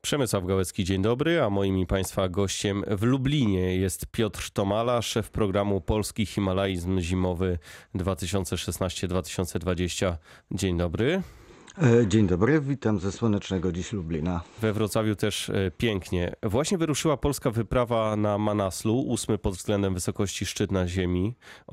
Przemysław Gałecki, dzień dobry, a moim i Państwa gościem w Lublinie jest Piotr Tomala, szef programu Polski Himalaizm Zimowy 2016-2020. Dzień dobry. Dzień dobry, witam ze słonecznego dziś Lublina. We Wrocławiu też pięknie. Właśnie wyruszyła polska wyprawa na Manaslu, 8 pod względem wysokości szczyt na ziemi,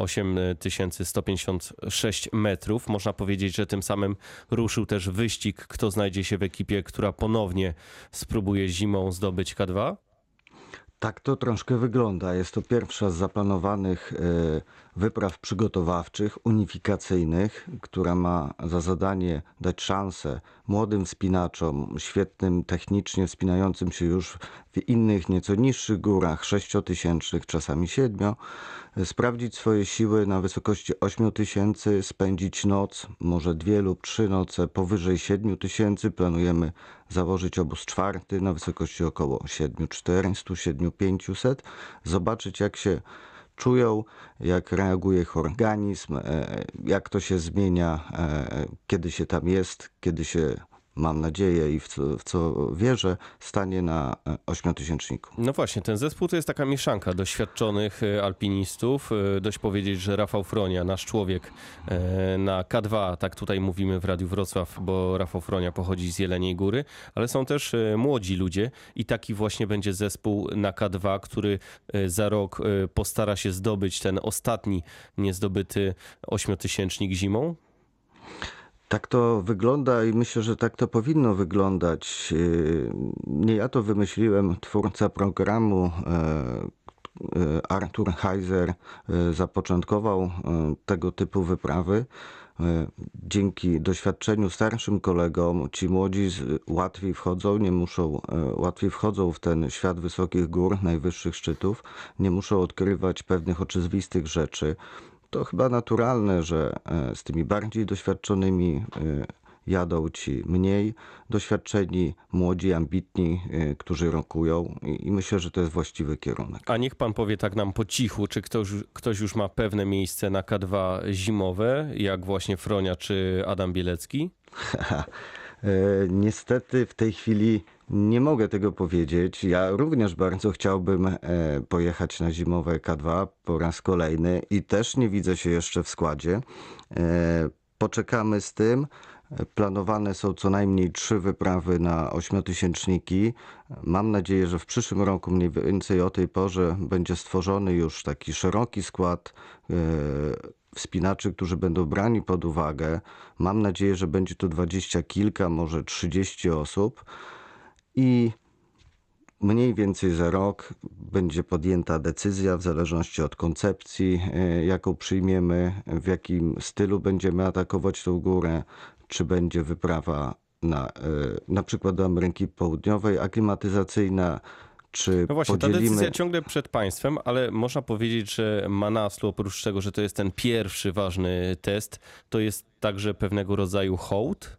8156 metrów. Można powiedzieć, że tym samym ruszył też wyścig, kto znajdzie się w ekipie, która ponownie spróbuje zimą zdobyć K2. Tak to troszkę wygląda. Jest to pierwsza z zaplanowanych wypraw przygotowawczych, unifikacyjnych, która ma za zadanie dać szansę młodym wspinaczom, świetnym technicznie wspinającym się już w innych, nieco niższych górach, 6000, czasami 7, sprawdzić swoje siły na wysokości 8000, spędzić noc, może 2 lub 3 noce powyżej 7000. Planujemy założyć obóz czwarty na wysokości około 7400, 7500, zobaczyć jak się czują, jak reaguje ich organizm, jak to się zmienia, kiedy się tam jest, kiedy się, mam nadzieję i w co wierzę, stanie na 8000-niku. No właśnie, ten zespół to jest taka mieszanka doświadczonych alpinistów. Dość powiedzieć, że Rafał Fronia, nasz człowiek na K2, tak tutaj mówimy w Radiu Wrocław, bo Rafał Fronia pochodzi z Jeleniej Góry, ale są też młodzi ludzie i taki właśnie będzie zespół na K2, który za rok postara się zdobyć ten ostatni niezdobyty 8000-nik zimą. Tak to wygląda i myślę, że tak to powinno wyglądać. Nie ja to wymyśliłem, twórca programu Artur Heiser zapoczątkował tego typu wyprawy. Dzięki doświadczeniu starszym kolegom ci młodzi łatwiej wchodzą w ten świat wysokich gór, najwyższych szczytów, nie muszą odkrywać pewnych oczywistych rzeczy. To chyba naturalne, że z tymi bardziej doświadczonymi jadą ci mniej doświadczeni, młodzi, ambitni, którzy rokują i myślę, że to jest właściwy kierunek. A niech pan powie tak nam po cichu, czy ktoś już ma pewne miejsce na K2 zimowe, jak właśnie Fronia czy Adam Bielecki? Niestety w tej chwili nie mogę tego powiedzieć. Ja również bardzo chciałbym pojechać na zimowe K2 po raz kolejny i też nie widzę się jeszcze w składzie. Poczekamy z tym. Planowane są co najmniej 3 wyprawy na 8000-niki. Mam nadzieję, że w przyszłym roku mniej więcej o tej porze będzie stworzony już taki szeroki skład wspinaczy, którzy będą brani pod uwagę. Mam nadzieję, że będzie to 20 kilka, może 30 osób i mniej więcej za rok będzie podjęta decyzja w zależności od koncepcji, jaką przyjmiemy, w jakim stylu będziemy atakować tą górę, czy będzie wyprawa na przykład do Ameryki Południowej, aklimatyzacyjna, czy no właśnie, podzielimy... ta decyzja ciągle przed państwem, ale można powiedzieć, że Manaslu, oprócz tego, że to jest ten pierwszy ważny test, to jest także pewnego rodzaju hołd?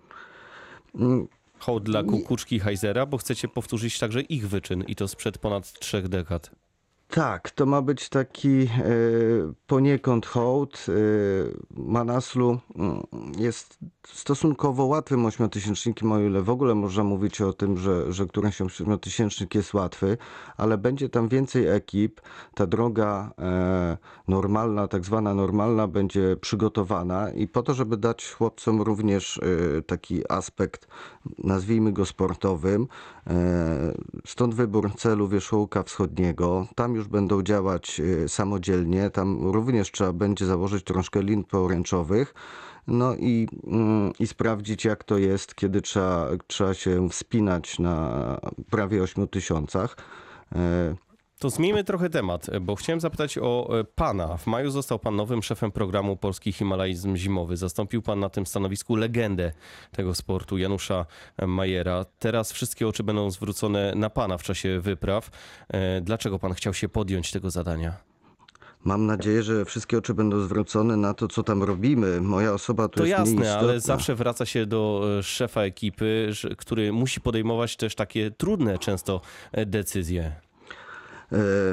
Hołd dla Kukuczki i Heisera, bo chcecie powtórzyć także ich wyczyn i to sprzed ponad 3 dekad. Tak, to ma być taki poniekąd hołd. Manaslu jest stosunkowo łatwym 8000-nikiem, o ile w ogóle można mówić o tym, że któryś 8000-nik jest łatwy, ale będzie tam więcej ekip. Ta droga normalna, tak zwana normalna, będzie przygotowana i po to, żeby dać chłopcom również taki aspekt, nazwijmy go sportowym. Stąd wybór celu wierzchołka wschodniego. Tam już będą działać samodzielnie. Tam również trzeba będzie założyć troszkę lin poręczowych. No i sprawdzić jak to jest, kiedy trzeba się wspinać na prawie 8000. To zmieńmy trochę temat, bo chciałem zapytać o pana. W maju został pan nowym szefem programu Polski Himalaizm Zimowy. Zastąpił pan na tym stanowisku legendę tego sportu, Janusza Majera. Teraz wszystkie oczy będą zwrócone na pana w czasie wypraw. Dlaczego pan chciał się podjąć tego zadania? Mam nadzieję, że wszystkie oczy będą zwrócone na to, co tam robimy. Moja osoba to jest jasne, nieistotna. ale zawsze wraca się do szefa ekipy, który musi podejmować też takie trudne często decyzje.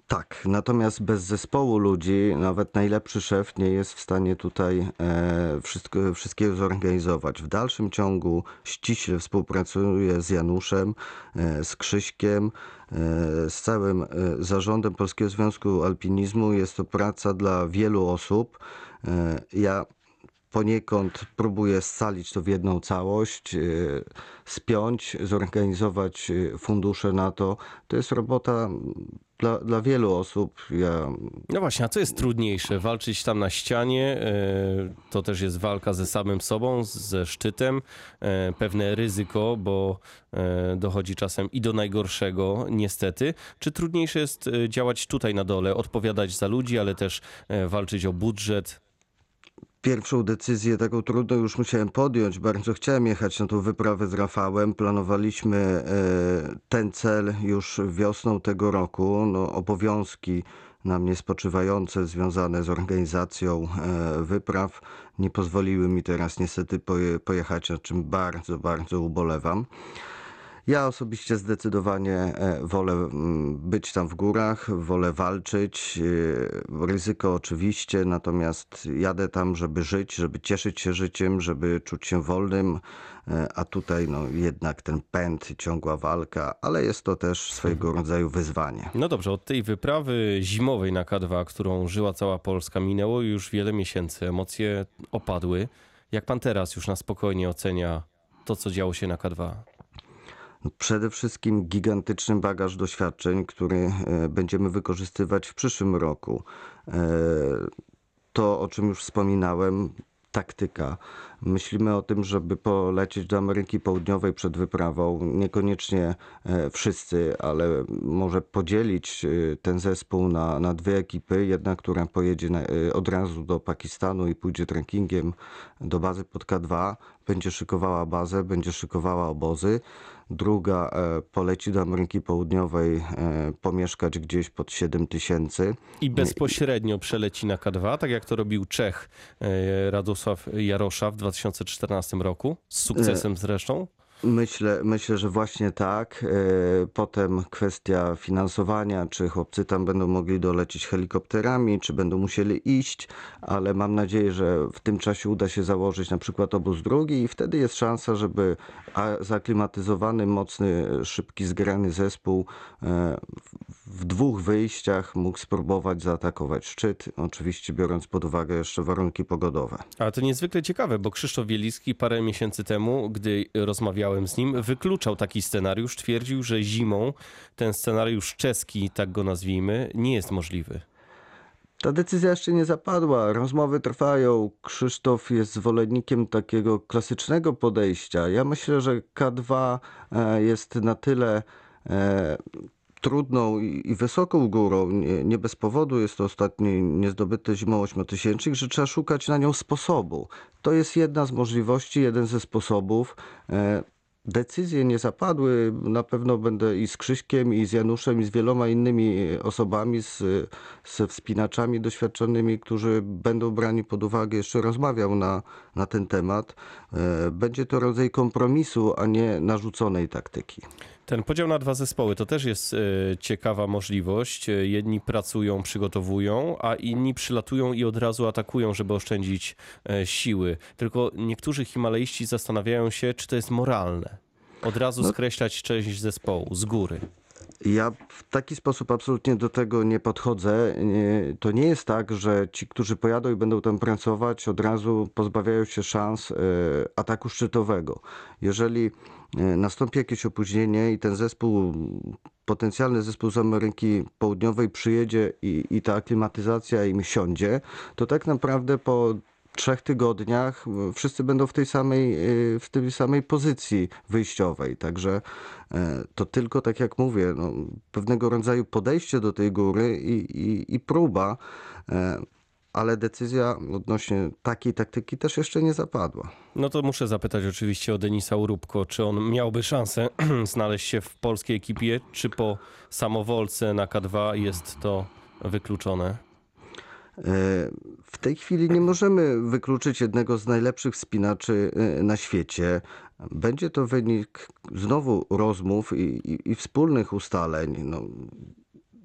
Tak, natomiast bez zespołu ludzi nawet najlepszy szef nie jest w stanie tutaj wszystkiego zorganizować. W dalszym ciągu ściśle współpracuję z Januszem, z Krzyśkiem, z całym zarządem Polskiego Związku Alpinizmu. Jest to praca dla wielu osób. Ja poniekąd próbuję scalić to w jedną całość, spiąć, zorganizować fundusze na to. To jest robota dla wielu osób. No właśnie, a co jest trudniejsze? Walczyć tam na ścianie, to też jest walka ze samym sobą, ze szczytem, pewne ryzyko, bo dochodzi czasem i do najgorszego, niestety. Czy trudniejsze jest działać tutaj na dole, odpowiadać za ludzi, ale też walczyć o budżet? Pierwszą decyzję taką trudną już musiałem podjąć. Bardzo chciałem jechać na tą wyprawę z Rafałem. Planowaliśmy ten cel już wiosną tego roku. No, obowiązki na mnie spoczywające, związane z organizacją wypraw, nie pozwoliły mi teraz niestety pojechać, na czym bardzo, bardzo ubolewam. Ja osobiście zdecydowanie wolę być tam w górach, wolę walczyć. Ryzyko oczywiście, natomiast jadę tam, żeby żyć, żeby cieszyć się życiem, żeby czuć się wolnym, a tutaj no, jednak ten pęd, ciągła walka, ale jest to też swojego rodzaju wyzwanie. No dobrze, od tej wyprawy zimowej na K2, którą żyła cała Polska, minęło już wiele miesięcy. Emocje opadły. Jak pan teraz już na spokojnie ocenia to, co działo się na K2? No, przede wszystkim gigantyczny bagaż doświadczeń, który będziemy wykorzystywać w przyszłym roku. To, o czym już wspominałem, taktyka. Myślimy o tym, żeby polecieć do Ameryki Południowej przed wyprawą. Niekoniecznie wszyscy, ale może podzielić ten zespół na dwie ekipy. Jedna, która pojedzie od razu do Pakistanu i pójdzie trekkingiem do bazy pod K2. Będzie szykowała bazę, będzie szykowała obozy. Druga poleci do Ameryki Południowej, pomieszkać gdzieś pod 7000. I bezpośrednio przeleci na K2, tak jak to robił Czech Radosław Jarosza w 2014 roku, z sukcesem zresztą. Myślę, że właśnie tak. Potem kwestia finansowania, czy chłopcy tam będą mogli dolecieć helikopterami, czy będą musieli iść, ale mam nadzieję, że w tym czasie uda się założyć na przykład obóz drugi i wtedy jest szansa, żeby zaklimatyzowany, mocny, szybki, zgrany zespół w dwóch wyjściach mógł spróbować zaatakować szczyt, oczywiście biorąc pod uwagę jeszcze warunki pogodowe. Ale to niezwykle ciekawe, bo Krzysztof Wieliński parę miesięcy temu, gdy rozmawiałem z nim, wykluczał taki scenariusz, twierdził, że zimą ten scenariusz czeski, tak go nazwijmy, nie jest możliwy. Ta decyzja jeszcze nie zapadła, rozmowy trwają. Krzysztof jest zwolennikiem takiego klasycznego podejścia. Ja myślę, że K2 jest na tyle trudną i wysoką górą, nie bez powodu jest to ostatni niezdobyty zimą ośmiotysięcznik, że trzeba szukać na nią sposobu. To jest jedna z możliwości, jeden ze sposobów. Decyzje nie zapadły, na pewno będę i z Krzyśkiem, i z Januszem, i z wieloma innymi osobami, ze wspinaczami doświadczonymi, którzy będą brani pod uwagę, jeszcze rozmawiał na ten temat. Będzie to rodzaj kompromisu, a nie narzuconej taktyki. Ten podział na dwa zespoły to też jest ciekawa możliwość. Jedni pracują, przygotowują, a inni przylatują i od razu atakują, żeby oszczędzić siły. Tylko niektórzy himalaiści zastanawiają się, czy to jest moralne. Od razu skreślać część zespołu z góry. Ja w taki sposób absolutnie do tego nie podchodzę. To nie jest tak, że ci, którzy pojadą i będą tam pracować, od razu pozbawiają się szans ataku szczytowego. Jeżeli nastąpi jakieś opóźnienie i ten zespół, potencjalny zespół z Ameryki Południowej przyjedzie i ta aklimatyzacja im siądzie, to tak naprawdę po 3 tygodniach wszyscy będą w tej samej pozycji wyjściowej. Także to tylko, tak jak mówię, no, pewnego rodzaju podejście do tej góry i próba, ale decyzja odnośnie takiej taktyki też jeszcze nie zapadła. No to muszę zapytać oczywiście o Denisa Urubko, czy on miałby szansę znaleźć się w polskiej ekipie, czy po samowolce na K2 jest to wykluczone? W tej chwili nie możemy wykluczyć jednego z najlepszych wspinaczy na świecie. Będzie to wynik znowu rozmów i wspólnych ustaleń. No,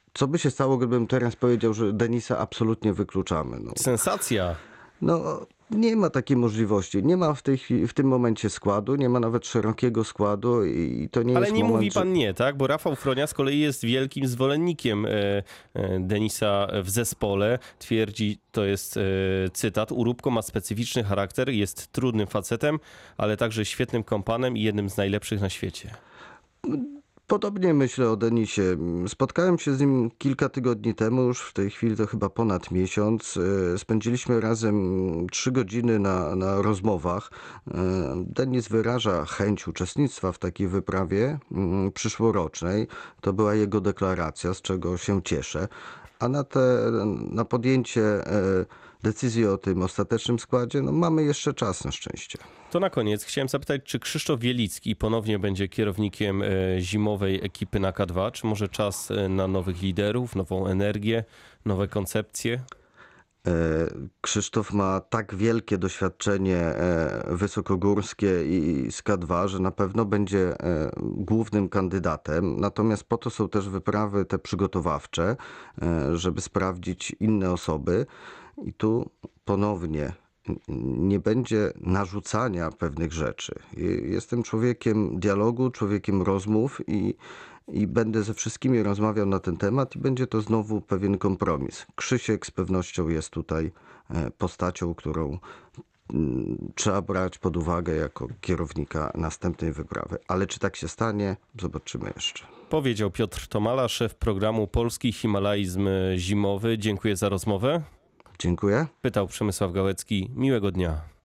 Co by się stało, gdybym teraz powiedział, że Denisa absolutnie wykluczamy? Sensacja. No, nie ma takiej możliwości. Nie ma w tym momencie składu, nie ma nawet szerokiego składu i to nie Ale jest nie moment, mówi pan nie, tak? Bo Rafał Fronia z kolei jest wielkim zwolennikiem Denisa w zespole. Twierdzi, to jest cytat, Uróbko ma specyficzny charakter, jest trudnym facetem, ale także świetnym kompanem i jednym z najlepszych na świecie. Podobnie myślę o Denisie. Spotkałem się z nim kilka tygodni temu, już w tej chwili to chyba ponad miesiąc. Spędziliśmy razem 3 godziny na rozmowach. Denis wyraża chęć uczestnictwa w takiej wyprawie przyszłorocznej. To była jego deklaracja, z czego się cieszę. A na podjęcie decyzji o tym ostatecznym składzie mamy jeszcze czas na szczęście. To na koniec chciałem zapytać, czy Krzysztof Wielicki ponownie będzie kierownikiem zimowej ekipy na K2? Czy może czas na nowych liderów, nową energię, nowe koncepcje? Krzysztof ma tak wielkie doświadczenie wysokogórskie i z K2, że na pewno będzie głównym kandydatem. Natomiast po to są też wyprawy te przygotowawcze, żeby sprawdzić inne osoby. I tu ponownie nie będzie narzucania pewnych rzeczy. Jestem człowiekiem dialogu, człowiekiem rozmów i będę ze wszystkimi rozmawiał na ten temat i będzie to znowu pewien kompromis. Krzysiek z pewnością jest tutaj postacią, którą trzeba brać pod uwagę jako kierownika następnej wyprawy. Ale czy tak się stanie? Zobaczymy jeszcze. Powiedział Piotr Tomala, szef programu Polski Himalaizm Zimowy. Dziękuję za rozmowę. Dziękuję. Pytał Przemysław Gałecki. Miłego dnia.